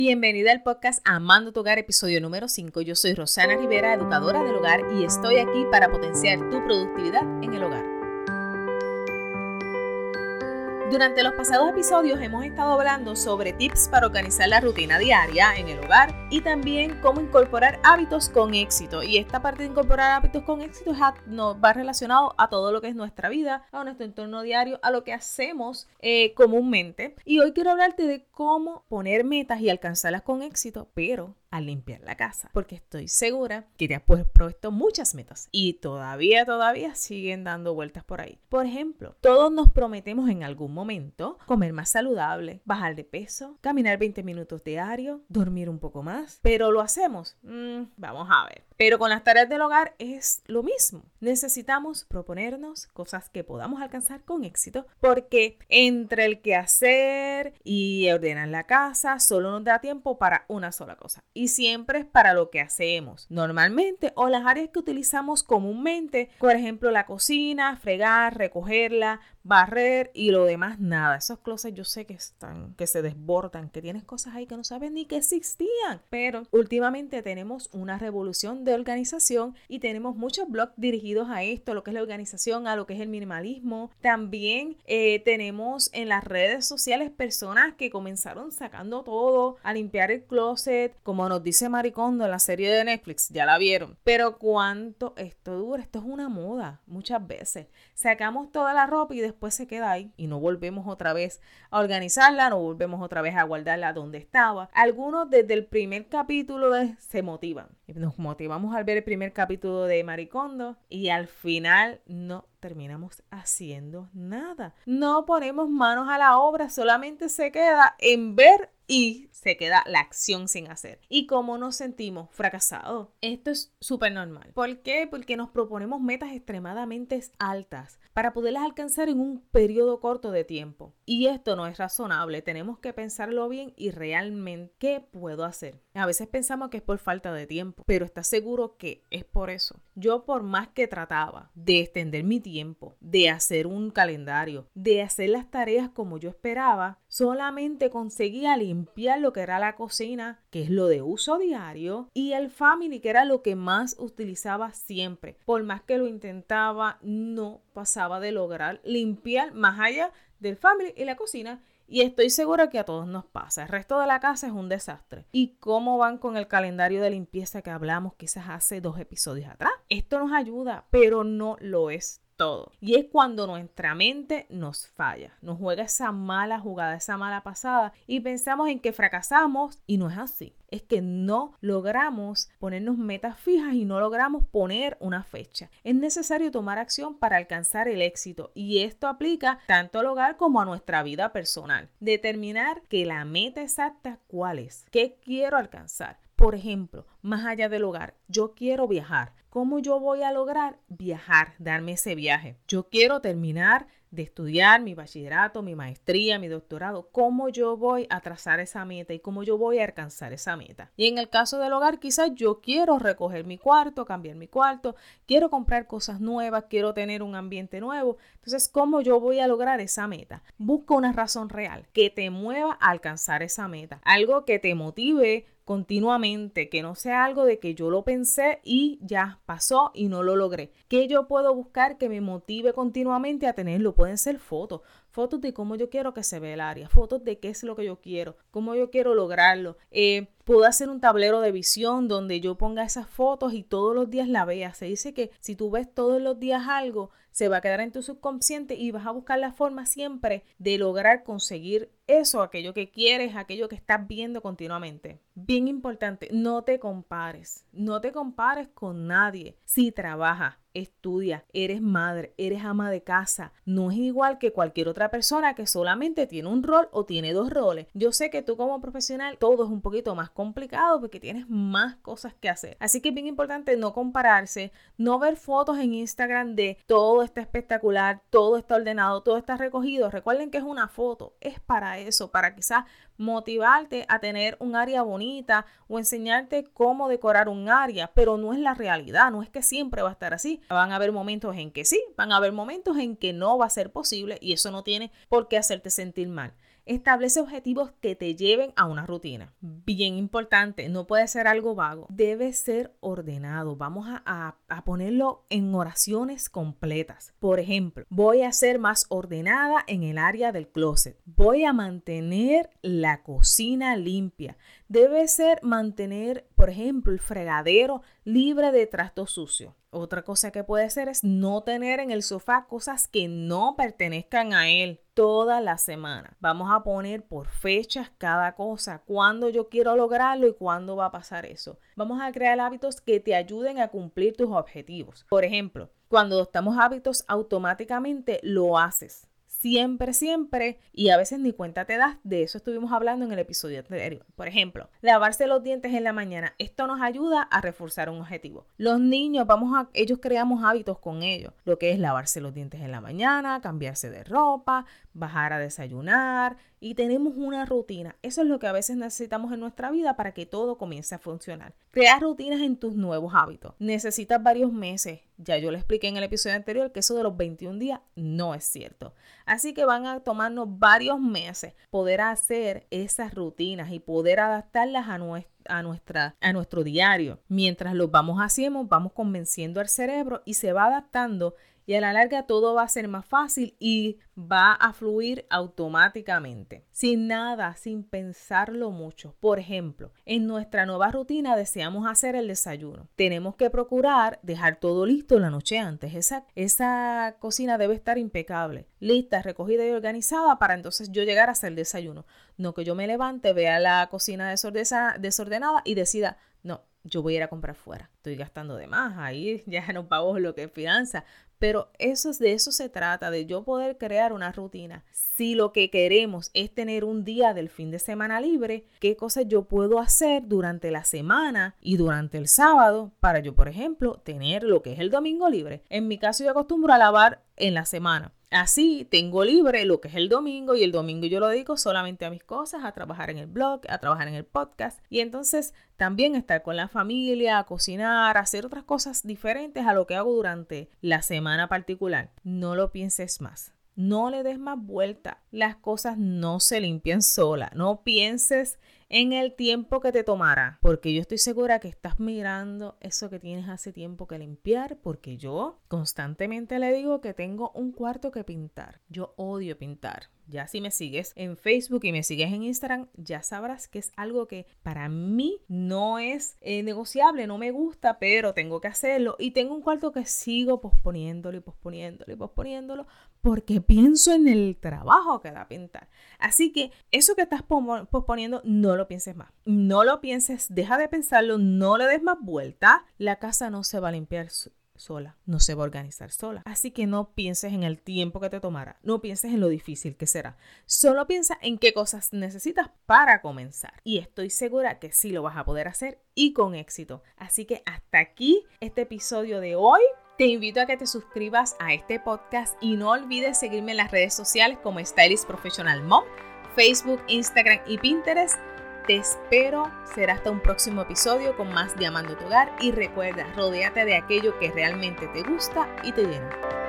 Bienvenida al podcast Amando tu Hogar, episodio número 5. Yo soy Rosana Rivera, educadora del hogar, y estoy aquí para potenciar tu productividad en el hogar. Durante los pasados episodios hemos estado hablando sobre tips para organizar la rutina diaria en el hogar y también cómo incorporar hábitos con éxito. Y esta parte de incorporar hábitos con éxito va relacionado a todo lo que es nuestra vida, a nuestro entorno diario, a lo que hacemos comúnmente. Y hoy quiero hablarte de cómo poner metas y alcanzarlas con éxito, pero al limpiar la casa, porque estoy segura que te has puesto muchas metas y todavía siguen dando vueltas por ahí. Por ejemplo, todos nos prometemos en algún momento comer más saludable, bajar de peso, caminar 20 minutos diario, dormir un poco más, pero ¿lo hacemos? Vamos a ver. Pero con las tareas del hogar es lo mismo. Necesitamos proponernos cosas que podamos alcanzar con éxito, porque entre el quehacer y ordenar la casa solo nos da tiempo para una sola cosa. Y siempre es para lo que hacemos normalmente o las áreas que utilizamos comúnmente, por ejemplo la cocina, fregar, recogerla, barrer y lo demás nada. Esos closets yo sé que se desbordan, que tienes cosas ahí que no sabes ni que existían, pero últimamente tenemos una revolución de organización y tenemos muchos blogs dirigidos a esto, lo que es la organización, a lo que es el minimalismo. También tenemos en las redes sociales personas que comenzaron sacando todo, a limpiar el closet, como nos dice Marie Kondo en la serie de Netflix, ya la vieron. Pero ¿cuánto esto dura? Esto es una moda muchas veces. Sacamos toda la ropa y después se queda ahí y no volvemos otra vez a organizarla, no volvemos otra vez a guardarla donde estaba. Algunos desde el primer capítulo se motivan. Nos motivamos al ver el primer capítulo de Marie Kondo y al final no terminamos haciendo nada. No ponemos manos a la obra, solamente se queda en ver y se queda la acción sin hacer. ¿Y cómo nos sentimos? Fracasados. Esto es súper normal. ¿Por qué? Porque nos proponemos metas extremadamente altas para poderlas alcanzar en un periodo corto de tiempo. Y esto no es razonable. Tenemos que pensarlo bien y realmente, ¿qué puedo hacer? A veces pensamos que es por falta de tiempo, pero ¿estás seguro que es por eso? Yo, por más que trataba de extender mi tiempo, de hacer un calendario, de hacer las tareas como yo esperaba, solamente conseguía limpiar lo que era la cocina, que es lo de uso diario, y el family, que era lo que más utilizaba siempre. Por más que lo intentaba, no pasaba de lograr limpiar más allá del family y la cocina. Y estoy segura que a todos nos pasa. El resto de la casa es un desastre. ¿Y cómo van con el calendario de limpieza que hablamos quizás hace 2 episodios atrás? Esto nos ayuda, pero no lo es todo. Y es cuando nuestra mente nos falla, nos juega esa mala jugada, esa mala pasada y pensamos en que fracasamos y no es así. Es que no logramos ponernos metas fijas y no logramos poner una fecha. Es necesario tomar acción para alcanzar el éxito y esto aplica tanto al hogar como a nuestra vida personal. Determinar que la meta exacta cuál es, qué quiero alcanzar. Por ejemplo, más allá del hogar, yo quiero viajar. ¿Cómo yo voy a lograr viajar, darme ese viaje? Yo quiero terminar de estudiar mi bachillerato, mi maestría, mi doctorado. ¿Cómo yo voy a trazar esa meta y cómo yo voy a alcanzar esa meta? Y en el caso del hogar, quizás yo quiero recoger mi cuarto, cambiar mi cuarto, quiero comprar cosas nuevas, quiero tener un ambiente nuevo. Entonces, ¿cómo yo voy a lograr esa meta? Busca una razón real que te mueva a alcanzar esa meta. Algo que te motive continuamente, que no sea algo de que yo lo pensé y ya pasó y no lo logré. ¿Qué yo puedo buscar que me motive continuamente a tenerlo? Pueden ser fotos de cómo yo quiero que se vea el área, fotos de qué es lo que yo quiero, cómo yo quiero lograrlo. Puedo hacer un tablero de visión donde yo ponga esas fotos y todos los días la vea. Se dice que si tú ves todos los días algo, se va a quedar en tu subconsciente y vas a buscar la forma siempre de lograr conseguir eso, aquello que quieres, aquello que estás viendo continuamente. Bien importante, no te compares con nadie. Si trabajas, estudias, eres madre, eres ama de casa, no es igual que cualquier otra persona que solamente tiene un rol o tiene 2 roles. Yo sé que tú como profesional todo es un poquito más complicado porque tienes más cosas que hacer. Así que es bien importante no compararse, no ver fotos en Instagram de todo está espectacular, todo está ordenado, todo está recogido. Recuerden que es una foto, es para eso, para quizás motivarte a tener un área bonita o enseñarte cómo decorar un área, pero no es la realidad, no es que siempre va a estar así. Van a haber momentos en que sí, van a haber momentos en que no va a ser posible y eso no tiene por qué hacerte sentir mal. Establece objetivos que te lleven a una rutina. Bien importante, no puede ser algo vago. Debe ser ordenado. Vamos a ponerlo en oraciones completas. Por ejemplo, voy a ser más ordenada en el área del closet. Voy a mantener la cocina limpia. Debe ser mantener, por ejemplo, el fregadero libre de trastos sucios. Otra cosa que puede ser es no tener en el sofá cosas que no pertenezcan a él toda la semana. Vamos a poner por fechas cada cosa, cuándo yo quiero lograrlo y cuándo va a pasar eso. Vamos a crear hábitos que te ayuden a cumplir tus objetivos. Por ejemplo, cuando adoptamos hábitos, automáticamente lo haces. Siempre, y a veces ni cuenta te das. De eso estuvimos hablando en el episodio anterior. Por ejemplo, lavarse los dientes en la mañana. Esto nos ayuda a reforzar un objetivo. Los niños, ellos creamos hábitos con ellos. Lo que es lavarse los dientes en la mañana, cambiarse de ropa, bajar a desayunar y tenemos una rutina. Eso es lo que a veces necesitamos en nuestra vida para que todo comience a funcionar. Crea rutinas en tus nuevos hábitos. Necesitas varios meses. Ya yo le expliqué en el episodio anterior que eso de los 21 días no es cierto. Así que van a tomarnos varios meses poder hacer esas rutinas y poder adaptarlas a nuestro diario. Mientras los vamos haciendo, vamos convenciendo al cerebro y se va adaptando. Y a la larga todo va a ser más fácil y va a fluir automáticamente, sin pensarlo mucho. Por ejemplo, en nuestra nueva rutina deseamos hacer el desayuno. Tenemos que procurar dejar todo listo la noche antes. Esa cocina debe estar impecable, lista, recogida y organizada para entonces yo llegar a hacer el desayuno. No que yo me levante, vea la cocina desordenada y decida, no, yo voy a ir a comprar fuera. Estoy gastando de más, ahí ya no pago lo que es finanza. Pero de eso se trata, de yo poder crear una rutina. Si lo que queremos es tener un día del fin de semana libre, ¿qué cosas yo puedo hacer durante la semana y durante el sábado para yo, por ejemplo, tener lo que es el domingo libre? En mi caso yo acostumbro a lavar en la semana. Así tengo libre lo que es el domingo y el domingo yo lo dedico solamente a mis cosas, a trabajar en el blog, a trabajar en el podcast y entonces también estar con la familia, a cocinar, a hacer otras cosas diferentes a lo que hago durante la semana particular. No lo pienses más. No le des más vuelta. Las cosas no se limpian solas. No pienses en el tiempo que te tomará, porque yo estoy segura que estás mirando eso que tienes hace tiempo que limpiar, porque yo constantemente le digo que tengo un cuarto que pintar. Yo odio pintar. Ya si me sigues en Facebook y me sigues en Instagram, ya sabrás que es algo que para mí no es negociable, no me gusta, pero tengo que hacerlo. Y tengo un cuarto que sigo posponiéndolo porque pienso en el trabajo que da pintar. Así que eso que estás posponiendo, no lo pienses más. No lo pienses, deja de pensarlo, no le des más vuelta. La casa no se va a limpiar sola, no se va a organizar sola. Así que no pienses en el tiempo que te tomará, no pienses en lo difícil que será. Solo piensa en qué cosas necesitas para comenzar. Y estoy segura que sí lo vas a poder hacer y con éxito. Así que hasta aquí este episodio de hoy. Te invito a que te suscribas a este podcast y no olvides seguirme en las redes sociales como Stylist Professional Mom, Facebook, Instagram y Pinterest. Te espero, será hasta un próximo episodio con más de Amando tu Hogar y recuerda, rodéate de aquello que realmente te gusta y te llena.